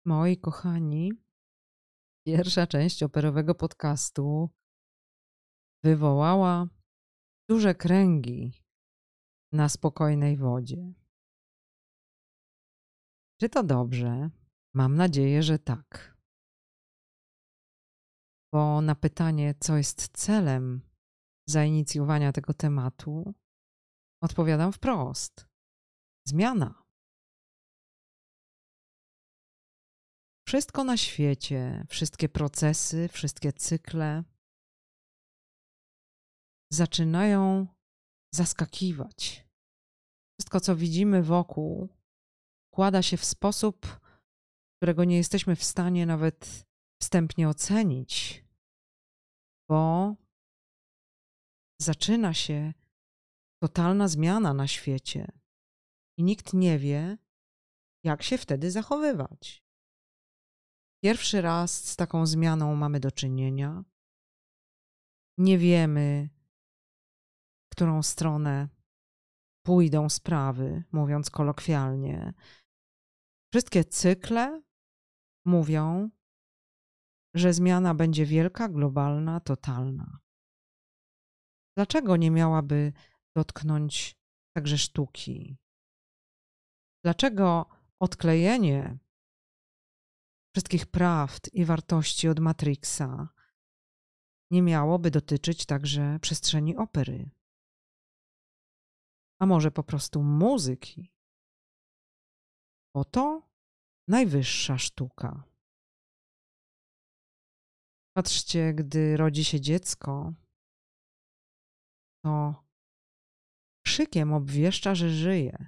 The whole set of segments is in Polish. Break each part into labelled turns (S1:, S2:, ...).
S1: Moi kochani, pierwsza część operowego podcastu wywołała duże kręgi na spokojnej wodzie. Czy to dobrze? Mam nadzieję, że tak. Bo na pytanie, co jest celem zainicjowania tego tematu, odpowiadam wprost. Zmiana. Wszystko na świecie, wszystkie procesy, wszystkie cykle zaczynają zaskakiwać. Wszystko, co widzimy wokół, układa się w sposób, którego nie jesteśmy w stanie nawet wstępnie ocenić, bo zaczyna się totalna zmiana na świecie i nikt nie wie, jak się wtedy zachowywać. Pierwszy raz z taką zmianą mamy do czynienia. Nie wiemy, w którą stronę pójdą sprawy, mówiąc kolokwialnie. Wszystkie cykle mówią, że zmiana będzie wielka, globalna, totalna. Dlaczego nie miałaby dotknąć także sztuki? Dlaczego odklejenie wszystkich prawd i wartości od Matrixa nie miałoby dotyczyć także przestrzeni opery? A może po prostu muzyki? Bo to najwyższa sztuka. Patrzcie, gdy rodzi się dziecko, to krzykiem obwieszcza, że żyje.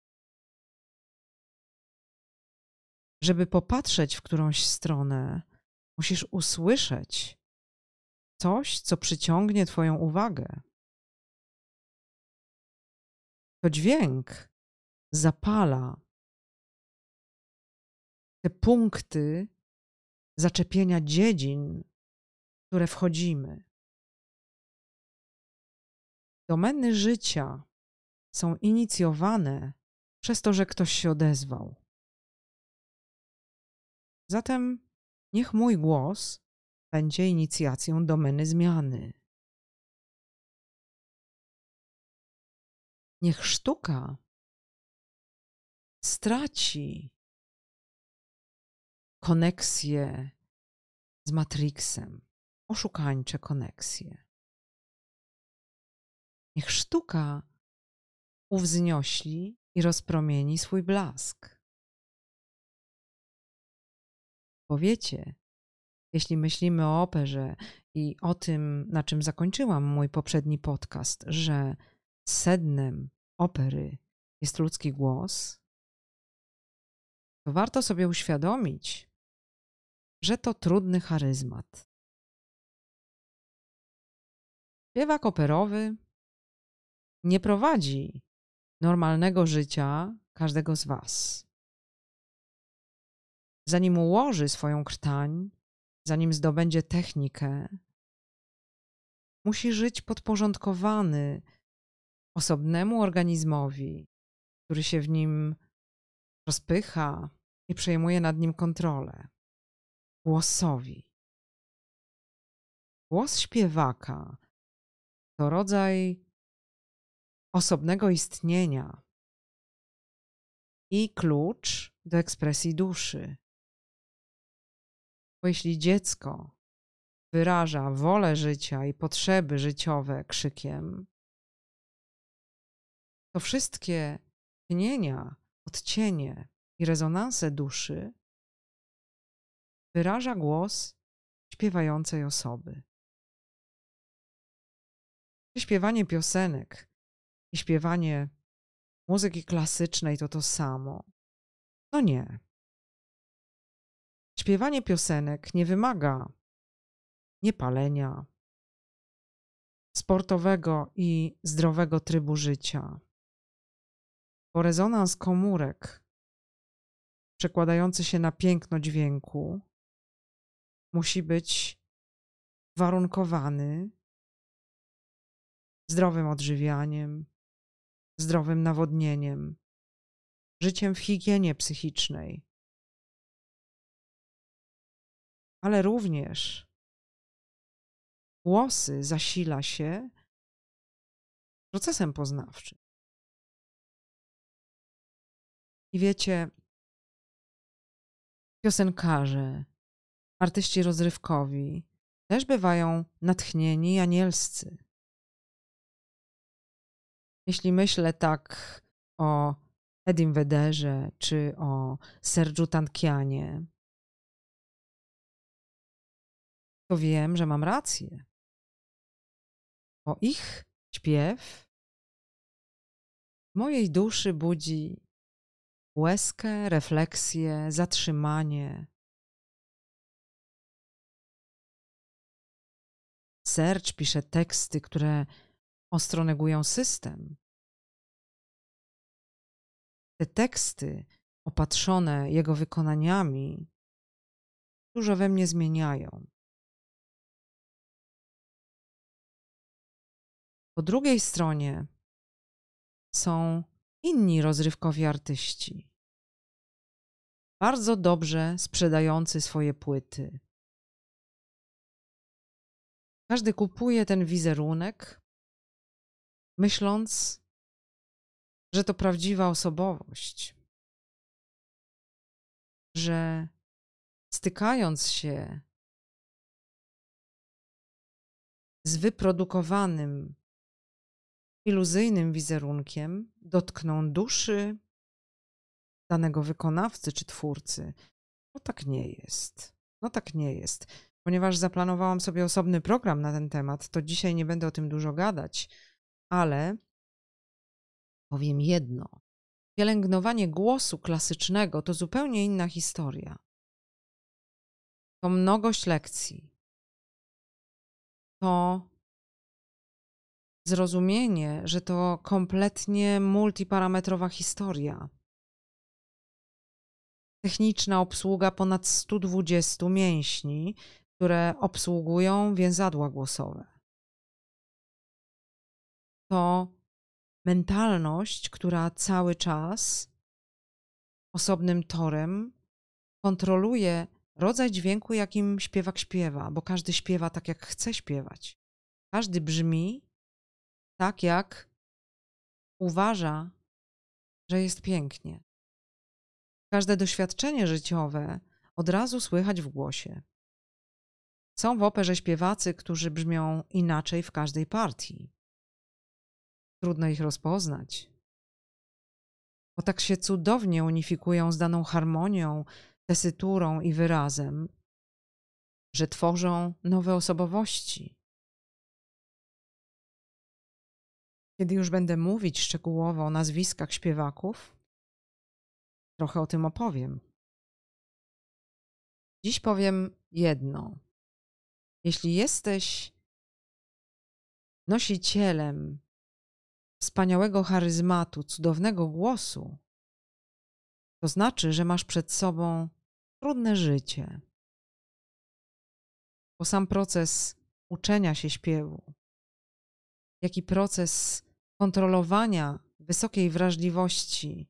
S1: Żeby popatrzeć w którąś stronę, musisz usłyszeć coś, co przyciągnie twoją uwagę. To dźwięk zapala te punkty zaczepienia dziedzin, w które wchodzimy. Domeny życia są inicjowane przez to, że ktoś się odezwał. Zatem niech mój głos będzie inicjacją domeny zmiany. Niech sztuka straci koneksję z Matrixem, oszukańcze koneksje. Niech sztuka uwzniośli i rozpromieni swój blask. Bo wiecie, jeśli myślimy o operze i o tym, na czym zakończyłam mój poprzedni podcast, że sednem opery jest ludzki głos, to warto sobie uświadomić, że to trudny charyzmat. Śpiewak operowy nie prowadzi normalnego życia każdego z was. Zanim ułoży swoją krtań, zanim zdobędzie technikę, musi żyć podporządkowany osobnemu organizmowi, który się w nim rozpycha i przejmuje nad nim kontrolę. Głosowi. Głos śpiewaka to rodzaj osobnego istnienia i klucz do ekspresji duszy. Bo jeśli dziecko wyraża wolę życia i potrzeby życiowe krzykiem, to wszystkie tnienia, odcienie i rezonanse duszy wyraża głos śpiewającej osoby. Śpiewanie piosenek i śpiewanie muzyki klasycznej to samo. No nie. Śpiewanie piosenek nie wymaga niepalenia, sportowego i zdrowego trybu życia, bo rezonans komórek przekładający się na piękno dźwięku musi być warunkowany zdrowym odżywianiem, zdrowym nawodnieniem, życiem w higienie psychicznej. ale również głosy zasila się procesem poznawczym. I wiecie, piosenkarze, artyści rozrywkowi też bywają natchnieni i anielscy. Jeśli myślę tak o Edim Vederze czy o Sergiu Tankianie, to wiem, że mam rację. Bo ich śpiew w mojej duszy budzi łezkę, refleksję, zatrzymanie. Serge pisze teksty, które ostro negują system. Te teksty, opatrzone jego wykonaniami, dużo we mnie zmieniają. Po drugiej stronie są inni rozrywkowi artyści, bardzo dobrze sprzedający swoje płyty. Każdy kupuje ten wizerunek, myśląc, że to prawdziwa osobowość, że stykając się z wyprodukowanym, iluzyjnym wizerunkiem, dotkną duszy danego wykonawcy czy twórcy. No tak nie jest. No tak nie jest. Ponieważ zaplanowałam sobie osobny program na ten temat, to dzisiaj nie będę o tym dużo gadać, ale powiem jedno. Pielęgnowanie głosu klasycznego to zupełnie inna historia. To mnogość lekcji. To zrozumienie, że to kompletnie multiparametrowa historia. Techniczna obsługa ponad 120 mięśni, które obsługują więzadła głosowe. To mentalność, która cały czas osobnym torem kontroluje rodzaj dźwięku, jakim śpiewak śpiewa, bo każdy śpiewa tak, jak chce śpiewać. Każdy brzmi tak, jak uważa, że jest pięknie. Każde doświadczenie życiowe od razu słychać w głosie. Są w operze śpiewacy, którzy brzmią inaczej w każdej partii. Trudno ich rozpoznać, bo tak się cudownie unifikują z daną harmonią, tesyturą i wyrazem, że tworzą nowe osobowości. Kiedy już będę mówić szczegółowo o nazwiskach śpiewaków, trochę o tym opowiem. Dziś powiem jedno. Jeśli jesteś nosicielem wspaniałego charyzmatu, cudownego głosu, to znaczy, że masz przed sobą trudne życie. Bo sam proces uczenia się śpiewu, jak i proces kontrolowania wysokiej wrażliwości,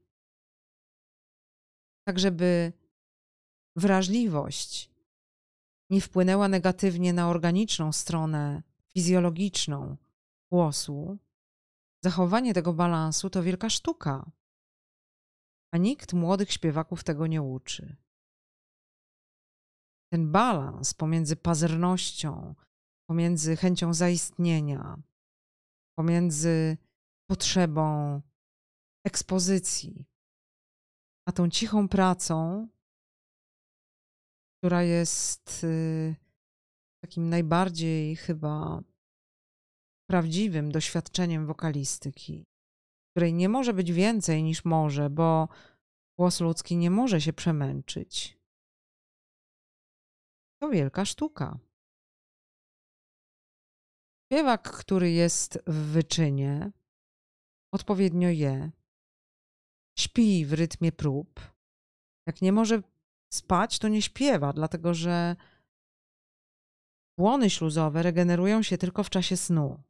S1: tak żeby wrażliwość nie wpłynęła negatywnie na organiczną stronę fizjologiczną głosu, zachowanie tego balansu to wielka sztuka, a nikt młodych śpiewaków tego nie uczy. Ten balans pomiędzy pazernością, pomiędzy chęcią zaistnienia, pomiędzy potrzebą ekspozycji, a tą cichą pracą, która jest takim najbardziej chyba prawdziwym doświadczeniem wokalistyki, której nie może być więcej niż może, bo głos ludzki nie może się przemęczyć. To wielka sztuka. Śpiewak, który jest w wyczynie, odpowiednio je, śpi w rytmie prób. Jak nie może spać, to nie śpiewa, dlatego że błony śluzowe regenerują się tylko w czasie snu.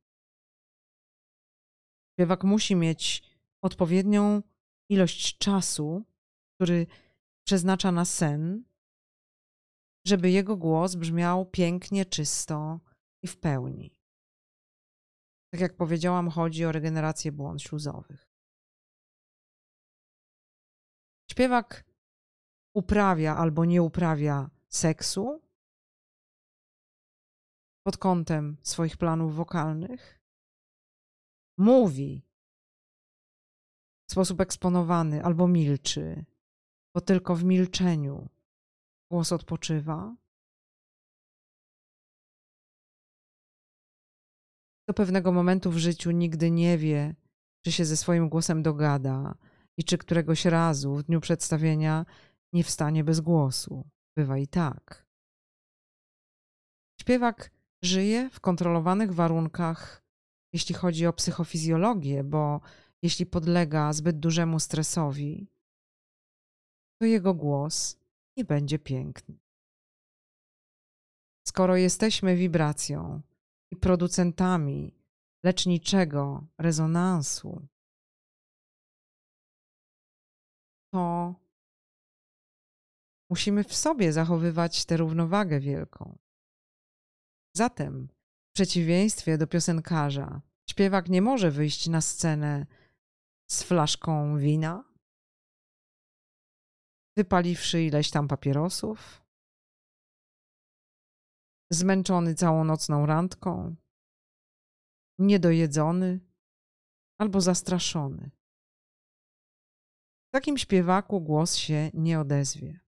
S1: Śpiewak musi mieć odpowiednią ilość czasu, który przeznacza na sen, żeby jego głos brzmiał pięknie, czysto i w pełni. Tak jak powiedziałam, chodzi o regenerację błon śluzowych. Śpiewak uprawia albo nie uprawia seksu pod kątem swoich planów wokalnych, mówi w sposób eksponowany albo milczy, bo tylko w milczeniu głos odpoczywa. Do pewnego momentu w życiu nigdy nie wie, czy się ze swoim głosem dogada i czy któregoś razu w dniu przedstawienia nie wstanie bez głosu. Bywa i tak. Śpiewak żyje w kontrolowanych warunkach, jeśli chodzi o psychofizjologię, bo jeśli podlega zbyt dużemu stresowi, to jego głos nie będzie piękny. Skoro jesteśmy wibracją i producentami leczniczego rezonansu, to musimy w sobie zachowywać tę równowagę wielką. Zatem, w przeciwieństwie do piosenkarza, śpiewak nie może wyjść na scenę z flaszką wina, wypaliwszy ileś tam papierosów, zmęczony całą nocną randką, niedojedzony albo zastraszony. W takim śpiewaku głos się nie odezwie.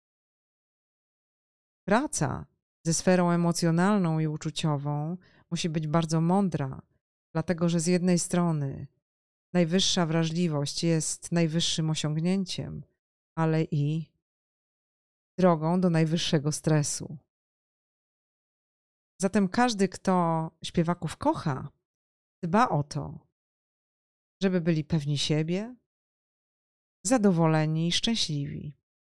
S1: Praca ze sferą emocjonalną i uczuciową musi być bardzo mądra, dlatego że z jednej strony najwyższa wrażliwość jest najwyższym osiągnięciem, ale i drogą do najwyższego stresu. Zatem każdy, kto śpiewaków kocha, dba o to, żeby byli pewni siebie, zadowoleni i szczęśliwi.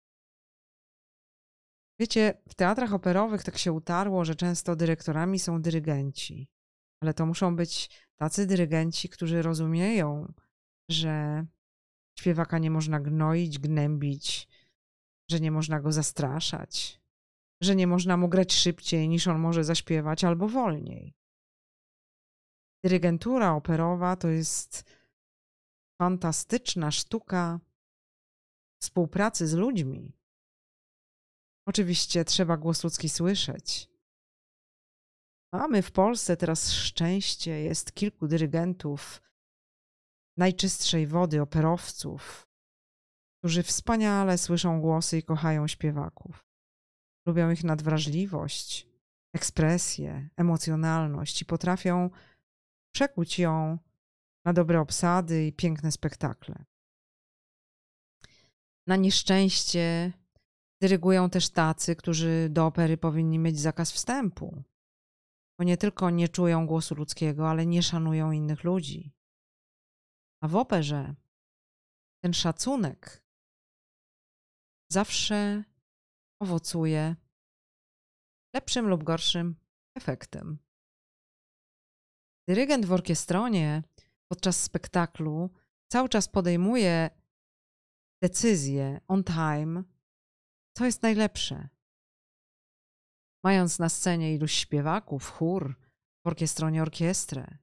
S1: Wiecie, w teatrach operowych tak się utarło, że często dyrektorami są dyrygenci, ale to muszą być tacy dyrygenci, którzy rozumieją, że śpiewaka nie można gnoić, gnębić, że nie można go zastraszać, że nie można mu grać szybciej niż on może zaśpiewać albo wolniej. Dyrygentura operowa to jest fantastyczna sztuka współpracy z ludźmi. Oczywiście trzeba głos ludzki słyszeć. Mamy w Polsce teraz szczęście, jest kilku dyrygentów najczystszej wody, operowców, którzy wspaniale słyszą głosy i kochają śpiewaków. Lubią ich nadwrażliwość, ekspresję, emocjonalność i potrafią przekuć ją na dobre obsady i piękne spektakle. Na nieszczęście dyrygują też tacy, którzy do opery powinni mieć zakaz wstępu, bo nie tylko nie czują głosu ludzkiego, ale nie szanują innych ludzi. A w operze ten szacunek zawsze owocuje lepszym lub gorszym efektem. Dyrygent w orkiestronie podczas spektaklu cały czas podejmuje decyzję on time, co jest najlepsze. Mając na scenie iluś śpiewaków, chór, w orkiestronie orkiestrę.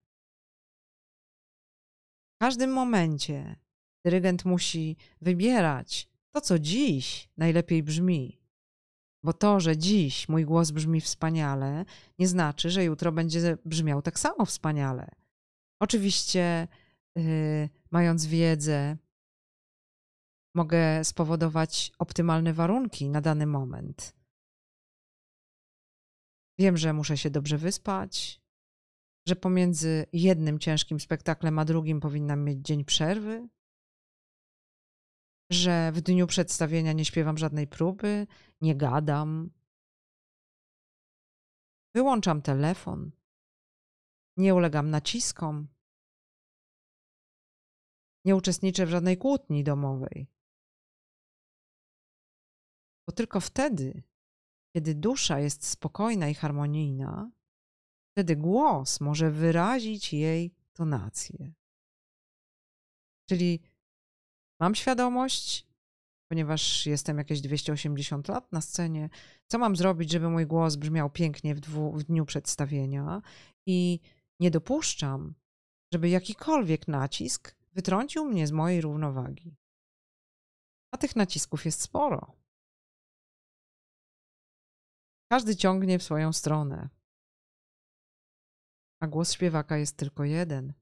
S1: W każdym momencie dyrygent musi wybierać to, co dziś najlepiej brzmi. Bo to, że dziś mój głos brzmi wspaniale, nie znaczy, że jutro będzie brzmiał tak samo wspaniale. Oczywiście, mając wiedzę, mogę spowodować optymalne warunki na dany moment. Wiem, że muszę się dobrze wyspać, że pomiędzy jednym ciężkim spektaklem a drugim powinnam mieć dzień przerwy, że w dniu przedstawienia nie śpiewam żadnej próby, nie gadam. Wyłączam telefon, nie ulegam naciskom, nie uczestniczę w żadnej kłótni domowej. Bo tylko wtedy, kiedy dusza jest spokojna i harmonijna, wtedy głos może wyrazić jej tonację. Czyli mam świadomość, ponieważ jestem jakieś 280 lat na scenie. Co mam zrobić, żeby mój głos brzmiał pięknie w dniu przedstawienia? I nie dopuszczam, żeby jakikolwiek nacisk wytrącił mnie z mojej równowagi. A tych nacisków jest sporo. Każdy ciągnie w swoją stronę. A głos śpiewaka jest tylko jeden.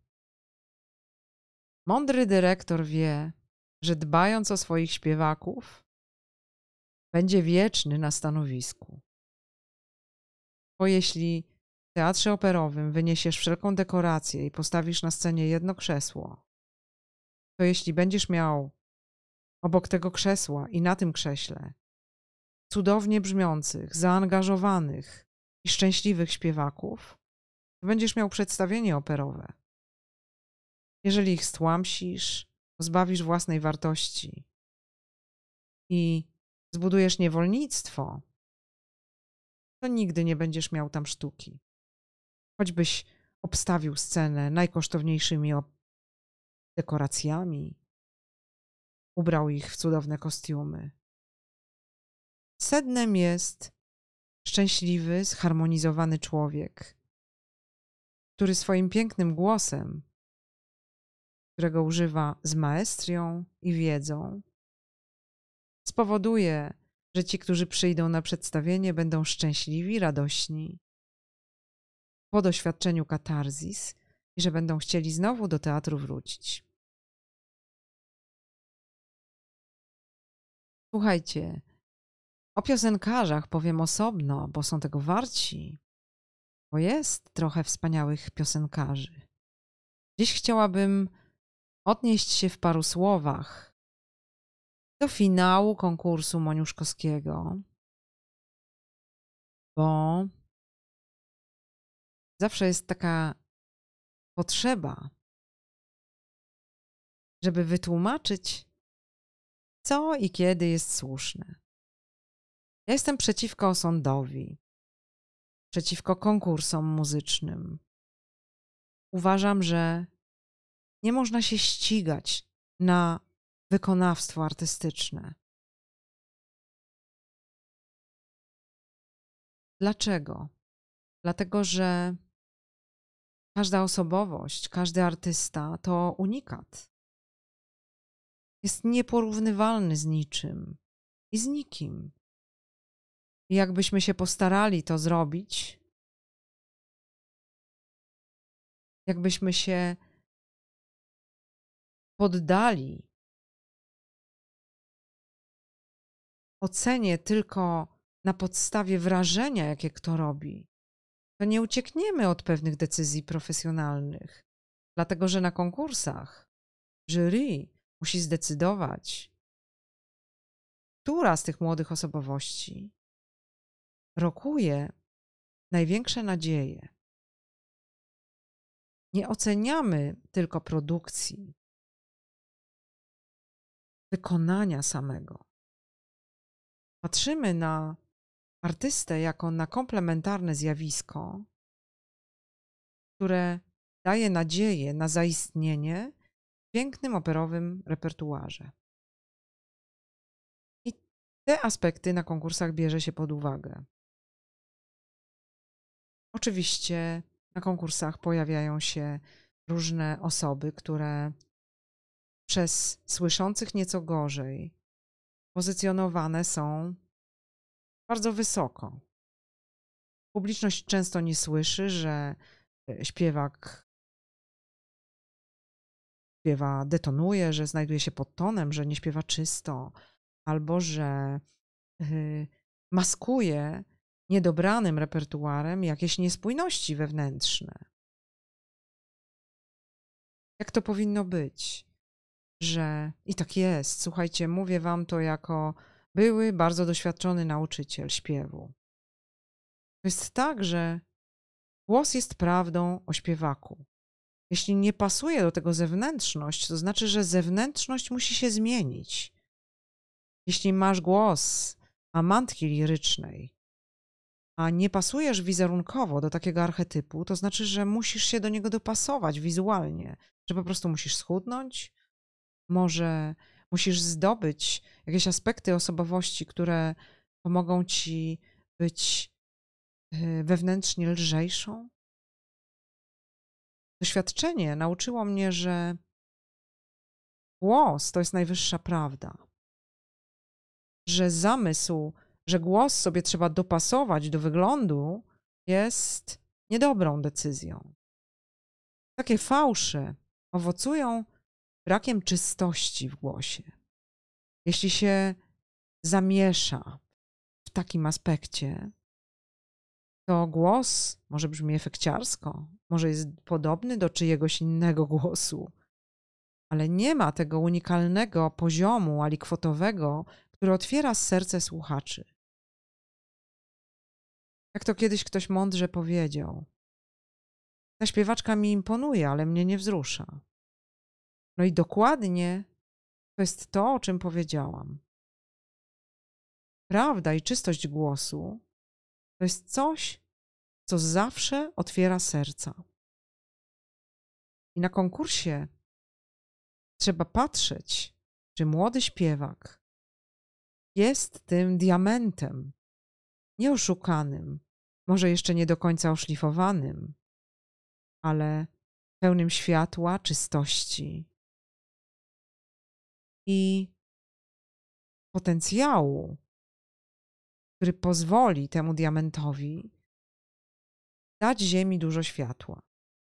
S1: Mądry dyrektor wie, że dbając o swoich śpiewaków, będzie wieczny na stanowisku. Bo jeśli w teatrze operowym wyniesiesz wszelką dekorację i postawisz na scenie jedno krzesło, to jeśli będziesz miał obok tego krzesła i na tym krześle cudownie brzmiących, zaangażowanych i szczęśliwych śpiewaków, to będziesz miał przedstawienie operowe. Jeżeli ich stłamsisz, pozbawisz własnej wartości i zbudujesz niewolnictwo, to nigdy nie będziesz miał tam sztuki. Choćbyś obstawił scenę najkosztowniejszymi dekoracjami, ubrał ich w cudowne kostiumy. Sednem jest szczęśliwy, zharmonizowany człowiek, który swoim pięknym głosem, którego używa z maestrią i wiedzą, spowoduje, że ci, którzy przyjdą na przedstawienie, będą szczęśliwi, radośni, po doświadczeniu katarzis i że będą chcieli znowu do teatru wrócić. Słuchajcie, o piosenkarzach powiem osobno, bo są tego warci, bo jest trochę wspaniałych piosenkarzy. Dziś chciałabym odnieść się w paru słowach do finału konkursu Moniuszkowskiego, bo zawsze jest taka potrzeba, żeby wytłumaczyć, co i kiedy jest słuszne. Ja jestem przeciwko osądowi, przeciwko konkursom muzycznym. Uważam, że nie można się ścigać na wykonawstwo artystyczne. Dlaczego? Dlatego, że każda osobowość, każdy artysta to unikat. Jest nieporównywalny z niczym i z nikim. I jakbyśmy się postarali to zrobić, jakbyśmy się poddali ocenie tylko na podstawie wrażenia, jakie kto robi, to nie uciekniemy od pewnych decyzji profesjonalnych, dlatego że na konkursach jury musi zdecydować, która z tych młodych osobowości rokuje największe nadzieje. Nie oceniamy tylko produkcji, wykonania samego. Patrzymy na artystę jako na komplementarne zjawisko, które daje nadzieję na zaistnienie w pięknym operowym repertuarze. I te aspekty na konkursach bierze się pod uwagę. Oczywiście na konkursach pojawiają się różne osoby, które przez słyszących nieco gorzej pozycjonowane są bardzo wysoko. Publiczność często nie słyszy, że śpiewak śpiewa, detonuje, że znajduje się pod tonem, że nie śpiewa czysto, albo że maskuje niedobranym repertuarem jakieś niespójności wewnętrzne. Jak to powinno być? I tak jest, słuchajcie, mówię wam to jako były bardzo doświadczony nauczyciel śpiewu. To jest tak, że głos jest prawdą o śpiewaku. Jeśli nie pasuje do tego zewnętrzność, to znaczy, że zewnętrzność musi się zmienić. Jeśli masz głos amantki lirycznej, a nie pasujesz wizerunkowo do takiego archetypu, to znaczy, że musisz się do niego dopasować wizualnie, że po prostu musisz schudnąć, może Musisz zdobyć jakieś aspekty osobowości, które pomogą ci być wewnętrznie lżejszą. Doświadczenie nauczyło mnie, że głos to jest najwyższa prawda. Że zamysł, że głos sobie trzeba dopasować do wyglądu, jest niedobrą decyzją. Takie fałsze owocują brakiem czystości w głosie. Jeśli się zamiesza w takim aspekcie, to głos może brzmi efekciarsko, może jest podobny do czyjegoś innego głosu, ale nie ma tego unikalnego poziomu alikwotowego, który otwiera serce słuchaczy. Jak to kiedyś ktoś mądrze powiedział: ta śpiewaczka mi imponuje, ale mnie nie wzrusza. No i dokładnie to jest to, o czym powiedziałam. Prawda i czystość głosu to jest coś, co zawsze otwiera serca. I na konkursie trzeba patrzeć, czy młody śpiewak jest tym diamentem, nieoszukanym, może jeszcze nie do końca oszlifowanym, ale pełnym światła, czystości i potencjału, który pozwoli temu diamentowi dać Ziemi dużo światła.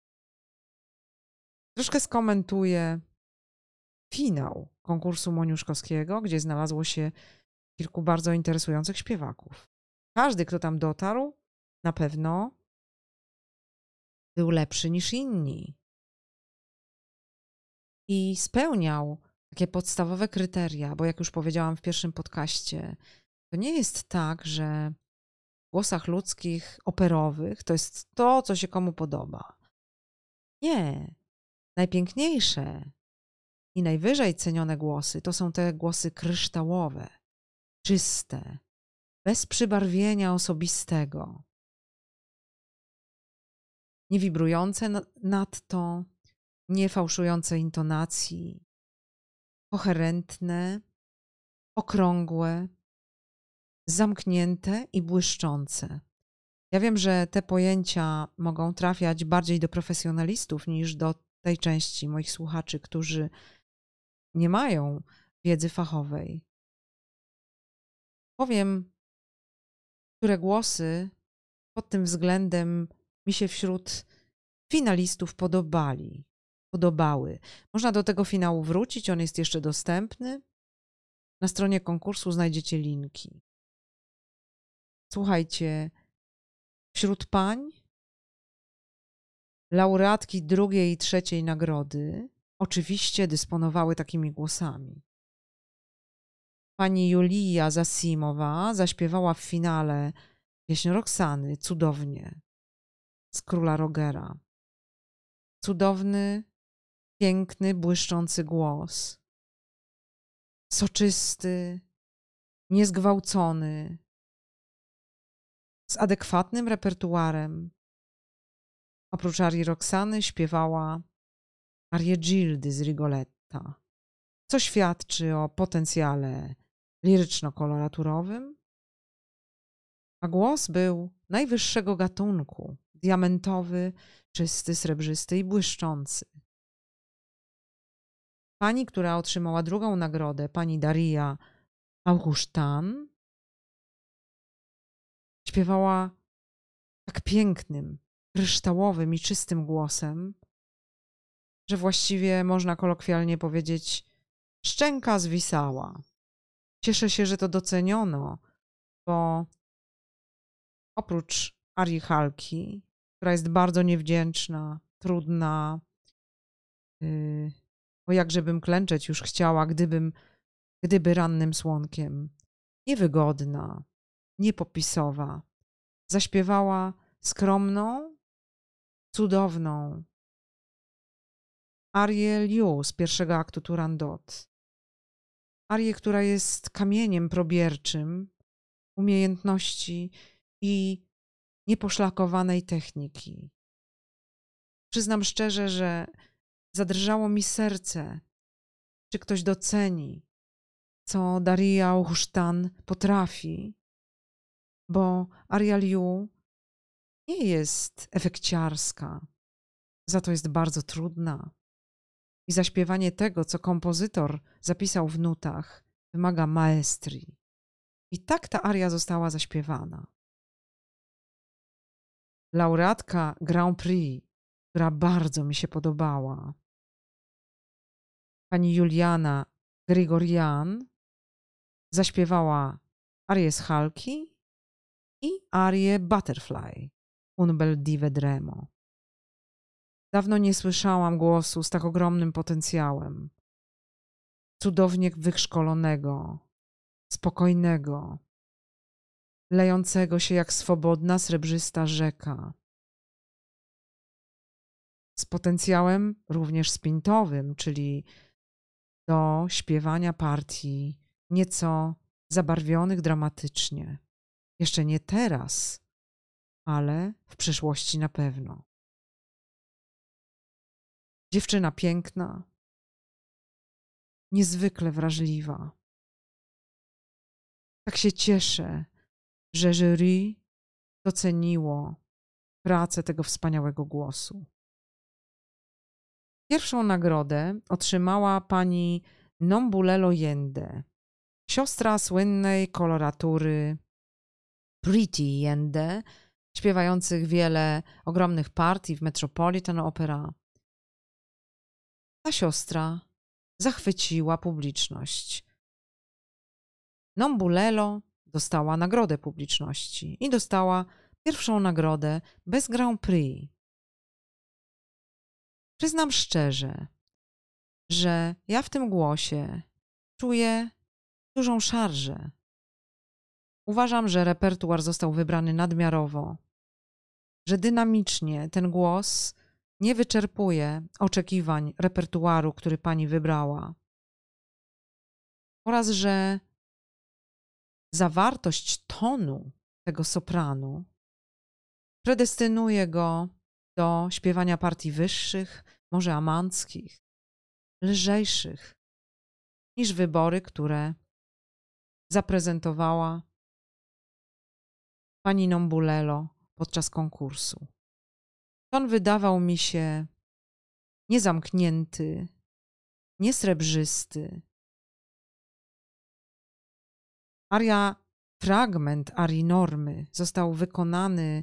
S1: Troszkę skomentuję finał konkursu moniuszkowskiego, gdzie znalazło się kilku bardzo interesujących śpiewaków. Każdy, kto tam dotarł, na pewno był lepszy niż inni i spełniał takie podstawowe kryteria, bo jak już powiedziałam w pierwszym podcaście, to nie jest tak, że w głosach ludzkich, operowych to jest to, co się komu podoba. Nie. Najpiękniejsze i najwyżej cenione głosy to są te głosy kryształowe, czyste, bez przybarwienia osobistego, nie wibrujące nadto, nie fałszujące intonacji, koherentne, okrągłe, zamknięte i błyszczące. Ja wiem, że te pojęcia mogą trafiać bardziej do profesjonalistów niż do tej części moich słuchaczy, którzy nie mają wiedzy fachowej. Powiem, które głosy pod tym względem mi się wśród finalistów podobały. Można do tego finału wrócić, on jest jeszcze dostępny. Na stronie konkursu znajdziecie linki. Słuchajcie, wśród pań laureatki drugiej i trzeciej nagrody oczywiście dysponowały takimi głosami. Pani Julia Zasimowa zaśpiewała w finale pieśń Roxany cudownie z Króla Rogera. Cudowny, piękny, błyszczący głos. Soczysty, niezgwałcony, z adekwatnym repertuarem. Oprócz arii Roxany śpiewała arię Gildy z Rigoletta, co świadczy o potencjale liryczno-koloraturowym, a głos był najwyższego gatunku, diamentowy, czysty, srebrzysty i błyszczący. Pani, która otrzymała drugą nagrodę, pani Daria Augusztan, śpiewała tak pięknym, kryształowym i czystym głosem, że właściwie można kolokwialnie powiedzieć, szczęka zwisała. Cieszę się, że to doceniono, bo oprócz arii Halki, która jest bardzo niewdzięczna, trudna, bo jakżebym klęczeć już chciała, gdyby rannym słonkiem, niewygodna, niepopisowa, zaśpiewała skromną, cudowną arię Liu z pierwszego aktu Turandot. Arię, która jest kamieniem probierczym umiejętności i nieposzlakowanej techniki. Przyznam szczerze, że zadrżało mi serce, czy ktoś doceni co Daria Augusztan potrafi, bo aria Liu nie jest efekciarska, za to jest bardzo trudna. I zaśpiewanie tego, co kompozytor zapisał w nutach, wymaga maestrii. I tak ta aria została zaśpiewana. Laureatka Grand Prix, która bardzo mi się podobała, pani Juliana Grigorian, zaśpiewała arię z Halki i arię Butterfly, Un bel di vedremo. Dawno nie słyszałam głosu z tak ogromnym potencjałem. Cudownie wykszkolonego, spokojnego, lejącego się jak swobodna, srebrzysta rzeka. Z potencjałem również spintowym, czyli do śpiewania partii nieco zabarwionych dramatycznie. Jeszcze nie teraz, ale w przyszłości na pewno. Dziewczyna piękna, niezwykle wrażliwa. Tak się cieszę, że jury doceniło pracę tego wspaniałego głosu. Pierwszą nagrodę otrzymała pani Nombulelo Yende, siostra słynnej koloratury Pretty Yende, śpiewających wiele ogromnych partii w Metropolitan Opera. Ta siostra zachwyciła publiczność. Nombulelo dostała nagrodę publiczności i dostała pierwszą nagrodę bez Grand Prix. Przyznam szczerze, że ja w tym głosie czuję dużą szarżę. Uważam, że repertuar został wybrany nadmiarowo, że dynamicznie ten głos nie wyczerpuje oczekiwań repertuaru, który pani wybrała. Oraz, że zawartość tonu tego sopranu predestynuje go do śpiewania partii wyższych, może amanckich, lżejszych niż wybory, które zaprezentowała pani Nombulelo podczas konkursu. Ton wydawał mi się niezamknięty, niesrebrzysty. Fragment arii Normy został wykonany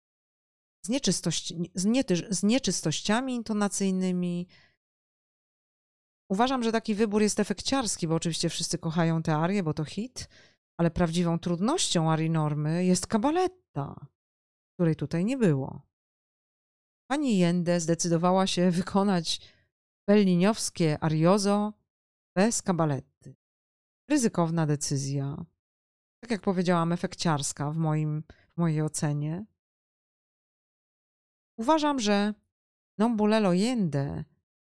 S1: z nieczystościami intonacyjnymi. Uważam, że taki wybór jest efekciarski, bo oczywiście wszyscy kochają tę arię, bo to hit, ale prawdziwą trudnością arii Normy jest cabaletta, której tutaj nie było. Pani Yende zdecydowała się wykonać belliniowskie ariozo bez cabaletty. Ryzykowna decyzja. Tak jak powiedziałam, efekciarska w mojej ocenie. Uważam, że Nombulelo Yende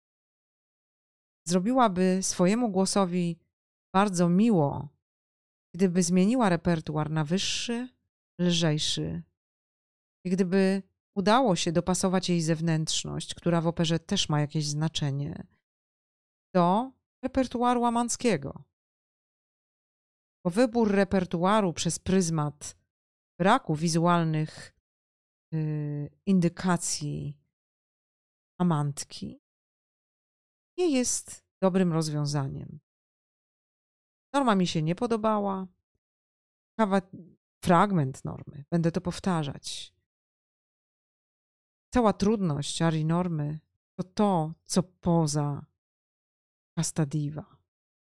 S1: zrobiłaby swojemu głosowi bardzo miło, gdyby zmieniła repertuar na wyższy, lżejszy i gdyby udało się dopasować jej zewnętrzność, która w operze też ma jakieś znaczenie, do repertuaru amandzkiego. Bo wybór repertuaru przez pryzmat braku wizualnych indykacji amantki nie jest dobrym rozwiązaniem. Norma mi się nie podobała. Fragment normy, będę to powtarzać. Cała trudność arii Normy to, co poza Casta Diva.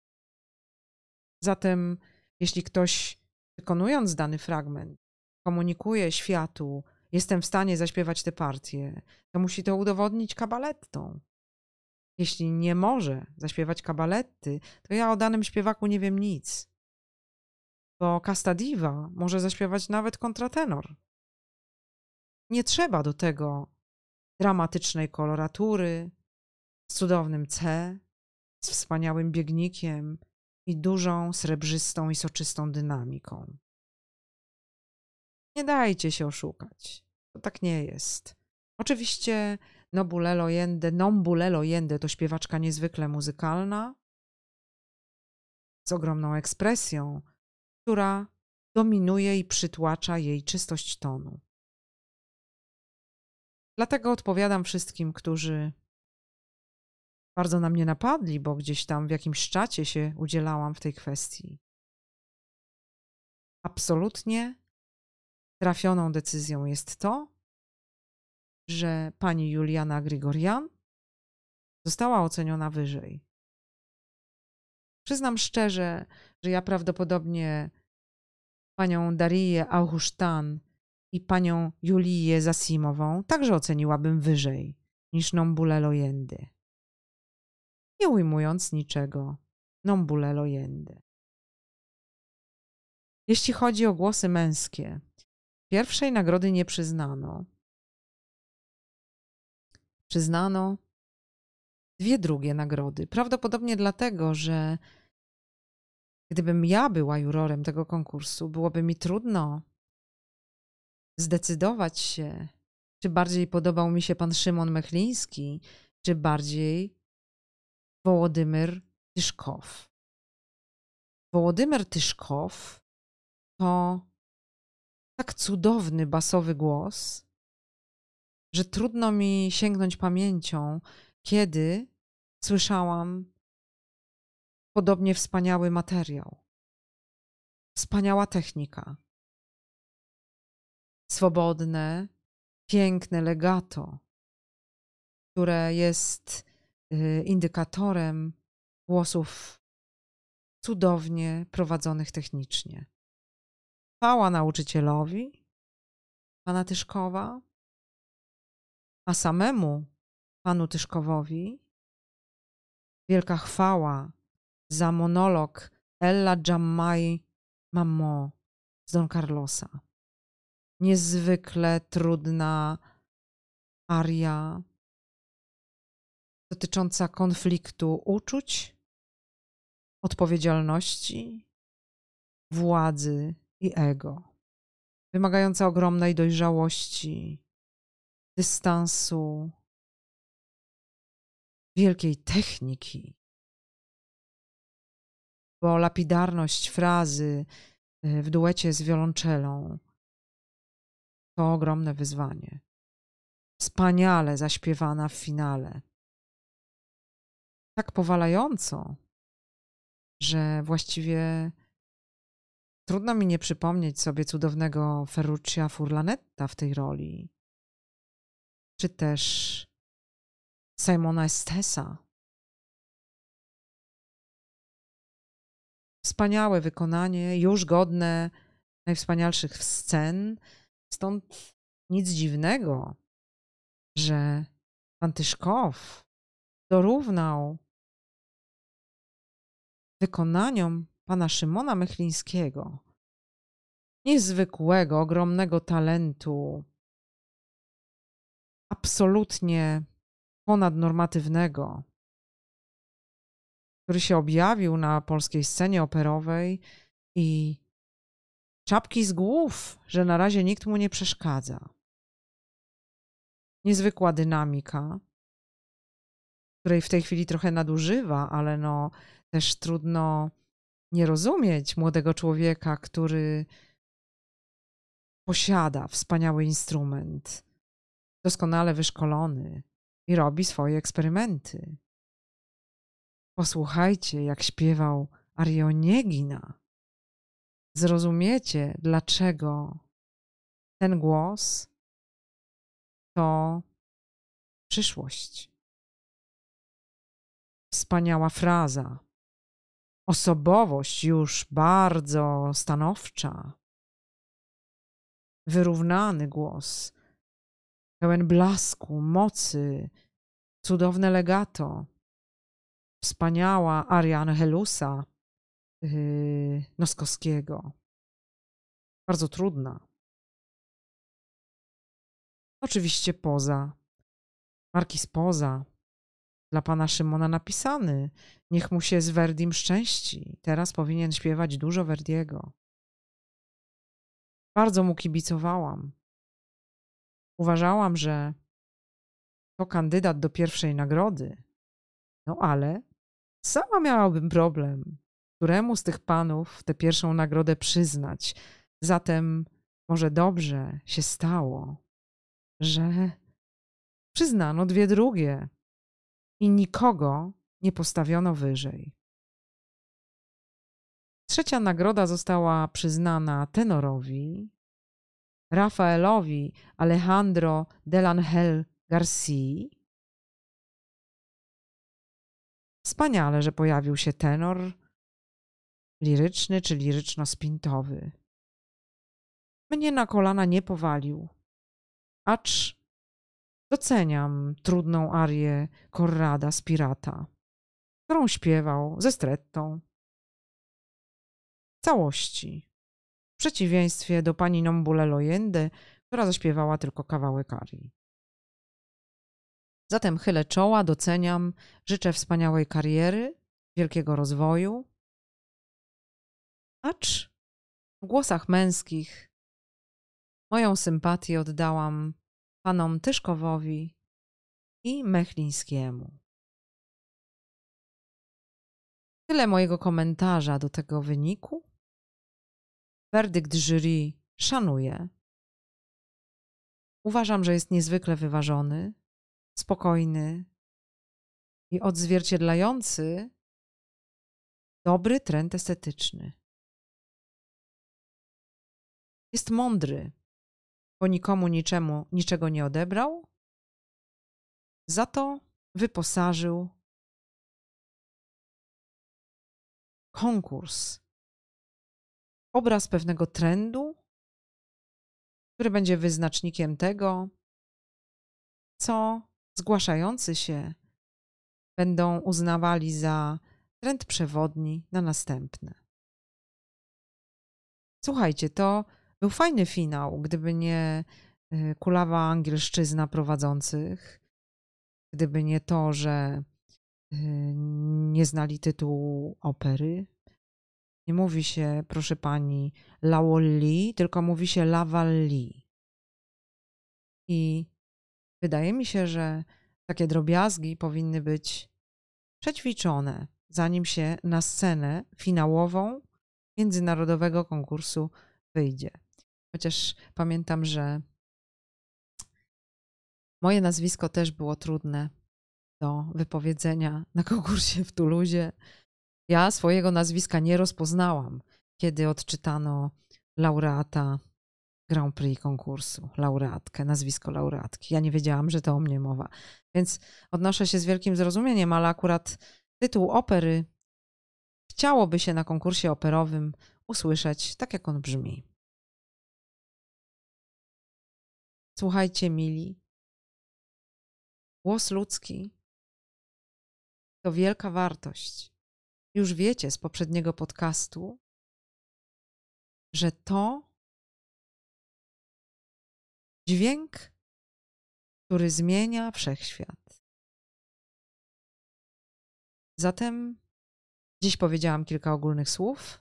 S1: Zatem, jeśli ktoś, wykonując dany fragment, komunikuje światu, jestem w stanie zaśpiewać tę partię, to musi to udowodnić cabaletą. Jeśli nie może zaśpiewać cabaletty, to ja o danym śpiewaku nie wiem nic. Bo Casta Diva może zaśpiewać nawet kontratenor. Nie trzeba do tego dramatycznej koloratury, z cudownym C, z wspaniałym biegnikiem i dużą, srebrzystą i soczystą dynamiką. Nie dajcie się oszukać. To tak nie jest. Oczywiście Nombulelo Yende to śpiewaczka niezwykle muzykalna, z ogromną ekspresją, która dominuje i przytłacza jej czystość tonu. Dlatego odpowiadam wszystkim, którzy bardzo na mnie napadli, bo gdzieś tam w jakimś czacie się udzielałam w tej kwestii. Absolutnie trafioną decyzją jest to, że pani Juliana Grigorian została oceniona wyżej. Przyznam szczerze, że ja prawdopodobnie panią Dariję Augusztan i panią Juliję Zasimową także oceniłabym wyżej niż Nombule Lojendy. Nie ujmując niczego, Nombule Lojendy. Jeśli chodzi o głosy męskie, pierwszej nagrody nie przyznano. Przyznano 2 drugie nagrody. Prawdopodobnie dlatego, że gdybym ja była jurorem tego konkursu, byłoby mi trudno zdecydować się, czy bardziej podobał mi się pan Szymon Mechliński, czy bardziej Wołodymyr Tyszkow. Wołodymyr Tyszkow to tak cudowny basowy głos, że trudno mi sięgnąć pamięcią, kiedy słyszałam podobnie wspaniały materiał. Wspaniała technika. Swobodne, piękne legato, które jest indykatorem głosów cudownie prowadzonych technicznie. Chwała nauczycielowi, pana Tyszkowa, a samemu panu Tyszkowowi wielka chwała za monolog Ella Jammai Mammo z Don Carlosa. Niezwykle trudna aria dotycząca konfliktu uczuć, odpowiedzialności, władzy i ego. Wymagająca ogromnej dojrzałości, dystansu, wielkiej techniki, bo lapidarność frazy w duecie z wiolonczelą to ogromne wyzwanie. Wspaniale zaśpiewana w finale. Tak powalająco, że właściwie trudno mi nie przypomnieć sobie cudownego Ferruccia Furlanetta w tej roli, czy też Simona Estesa. Wspaniałe wykonanie, już godne najwspanialszych scen, stąd nic dziwnego, że pan Tyszkow dorównał wykonaniom pana Szymona Mechlińskiego, niezwykłego, ogromnego talentu, absolutnie ponadnormatywnego, który się objawił na polskiej scenie operowej i czapki z głów, że na razie nikt mu nie przeszkadza. Niezwykła dynamika, której w tej chwili trochę nadużywa, ale no też trudno nie rozumieć młodego człowieka, który posiada wspaniały instrument, doskonale wyszkolony i robi swoje eksperymenty. Posłuchajcie, jak śpiewał arię Oniegina. Zrozumiecie, dlaczego ten głos to przyszłość. Wspaniała fraza. Osobowość już bardzo stanowcza. Wyrównany głos. Pełen blasku, mocy. Cudowne legato. Wspaniała aria Angelusa Noskowskiego. Bardzo trudna. Oczywiście poza. Markiz Poza. Dla pana Szymona napisany. Niech mu się z Verdim szczęści. Teraz powinien śpiewać dużo Verdiego. Bardzo mu kibicowałam. Uważałam, że to kandydat do pierwszej nagrody. No ale sama miałabym problem, któremu z tych panów tę pierwszą nagrodę przyznać. Zatem może dobrze się stało, że przyznano 2 drugie i nikogo nie postawiono wyżej. 3. nagroda została przyznana tenorowi Rafaelowi Alejandro Delangel García. Wspaniale, że pojawił się tenor liryczny czy liryczno-spintowy. Mnie na kolana nie powalił, acz doceniam trudną arię Corrada z Pirata, którą śpiewał ze strettą. W całości, w przeciwieństwie do pani Nombulelo Allende, która zaśpiewała tylko kawałek arii. Zatem chylę czoła, doceniam, życzę wspaniałej kariery, wielkiego rozwoju, acz w głosach męskich moją sympatię oddałam panom Tyszkowowi i Mechlińskiemu. Tyle mojego komentarza do tego wyniku. Werdykt jury szanuję. Uważam, że jest niezwykle wyważony, spokojny i odzwierciedlający dobry trend estetyczny. Jest mądry, bo nikomu niczego nie odebrał, za to wyposażył konkurs, obraz pewnego trendu, który będzie wyznacznikiem tego, co zgłaszający się będą uznawali za trend przewodni na następne. Słuchajcie, to był fajny finał, gdyby nie kulawa angielszczyzna prowadzących, gdyby nie to, że nie znali tytułu opery. Nie mówi się, proszę pani, Lawolli, tylko mówi się Lavalli. I wydaje mi się, że takie drobiazgi powinny być przećwiczone, zanim się na scenę finałową międzynarodowego konkursu wyjdzie. Chociaż pamiętam, że moje nazwisko też było trudne do wypowiedzenia na konkursie w Toulouse. Ja swojego nazwiska nie rozpoznałam, kiedy odczytano laureata Grand Prix konkursu, laureatkę, nazwisko laureatki. Ja nie wiedziałam, że to o mnie mowa. Więc odnoszę się z wielkim zrozumieniem, ale akurat tytuł opery chciałoby się na konkursie operowym usłyszeć tak, jak on brzmi. Słuchajcie, mili, głos ludzki to wielka wartość. Już wiecie z poprzedniego podcastu, że to dźwięk, który zmienia wszechświat. Zatem dziś powiedziałam kilka ogólnych słów.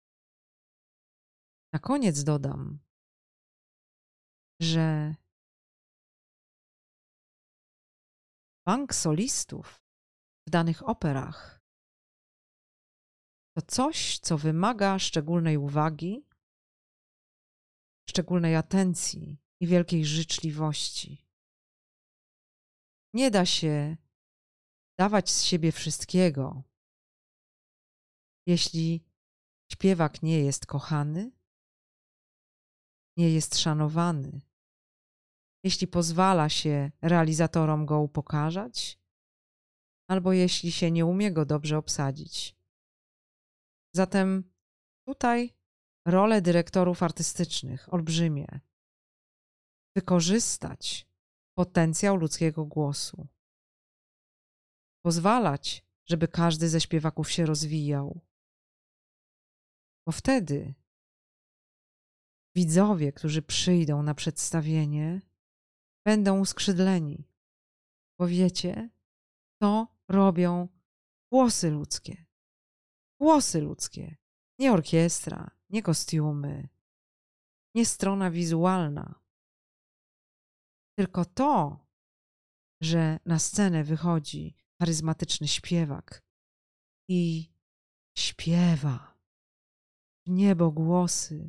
S1: Na koniec dodam, że bank solistów w danych operach to coś, co wymaga szczególnej uwagi, szczególnej atencji i wielkiej życzliwości. Nie da się dawać z siebie wszystkiego, jeśli śpiewak nie jest kochany, nie jest szanowany, jeśli pozwala się realizatorom go upokarzać, albo jeśli się nie umie go dobrze obsadzić. Zatem tutaj role dyrektorów artystycznych olbrzymie. Wykorzystać potencjał ludzkiego głosu. Pozwalać, żeby każdy ze śpiewaków się rozwijał. Bo wtedy widzowie, którzy przyjdą na przedstawienie, będą uskrzydleni. Bo wiecie, to robią głosy ludzkie. Głosy ludzkie. Nie orkiestra, nie kostiumy, nie strona wizualna. Tylko to, że na scenę wychodzi charyzmatyczny śpiewak i śpiewa w niebo głosy.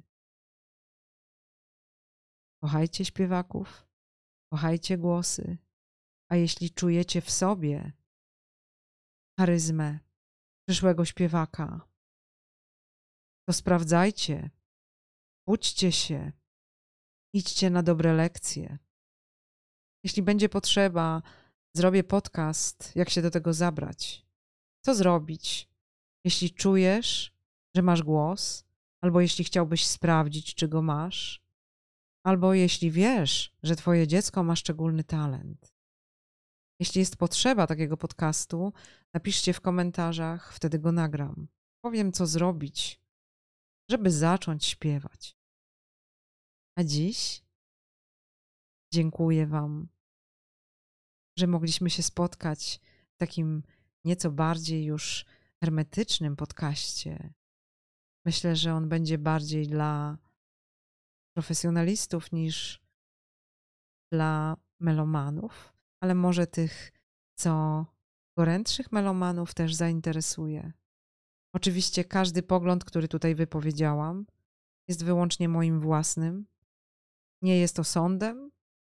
S1: Kochajcie śpiewaków, kochajcie głosy, a jeśli czujecie w sobie charyzmę przyszłego śpiewaka, to sprawdzajcie, uczcie się, idźcie na dobre lekcje. Jeśli będzie potrzeba, zrobię podcast, jak się do tego zabrać. Co zrobić, jeśli czujesz, że masz głos, albo jeśli chciałbyś sprawdzić, czy go masz, albo jeśli wiesz, że twoje dziecko ma szczególny talent. Jeśli jest potrzeba takiego podcastu, napiszcie w komentarzach, wtedy go nagram. Powiem, co zrobić, żeby zacząć śpiewać. A dziś dziękuję Wam, że mogliśmy się spotkać w takim nieco bardziej już hermetycznym podcaście. Myślę, że on będzie bardziej dla profesjonalistów niż dla melomanów, ale może tych, co gorętszych melomanów też zainteresuje. Oczywiście każdy pogląd, który tutaj wypowiedziałam, jest wyłącznie moim własnym. Nie jest osądem,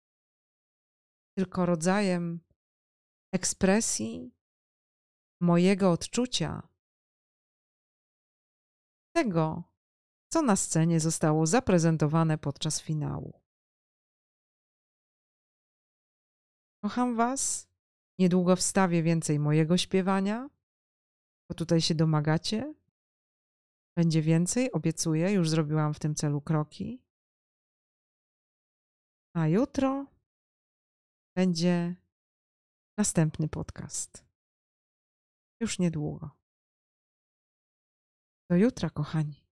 S1: tylko rodzajem ekspresji mojego odczucia tego, co na scenie zostało zaprezentowane podczas finału. Kocham Was. Niedługo wstawię więcej mojego śpiewania, bo tutaj się domagacie. Będzie więcej, obiecuję, już zrobiłam w tym celu kroki. A jutro będzie następny podcast. Już niedługo. Do jutra, kochani.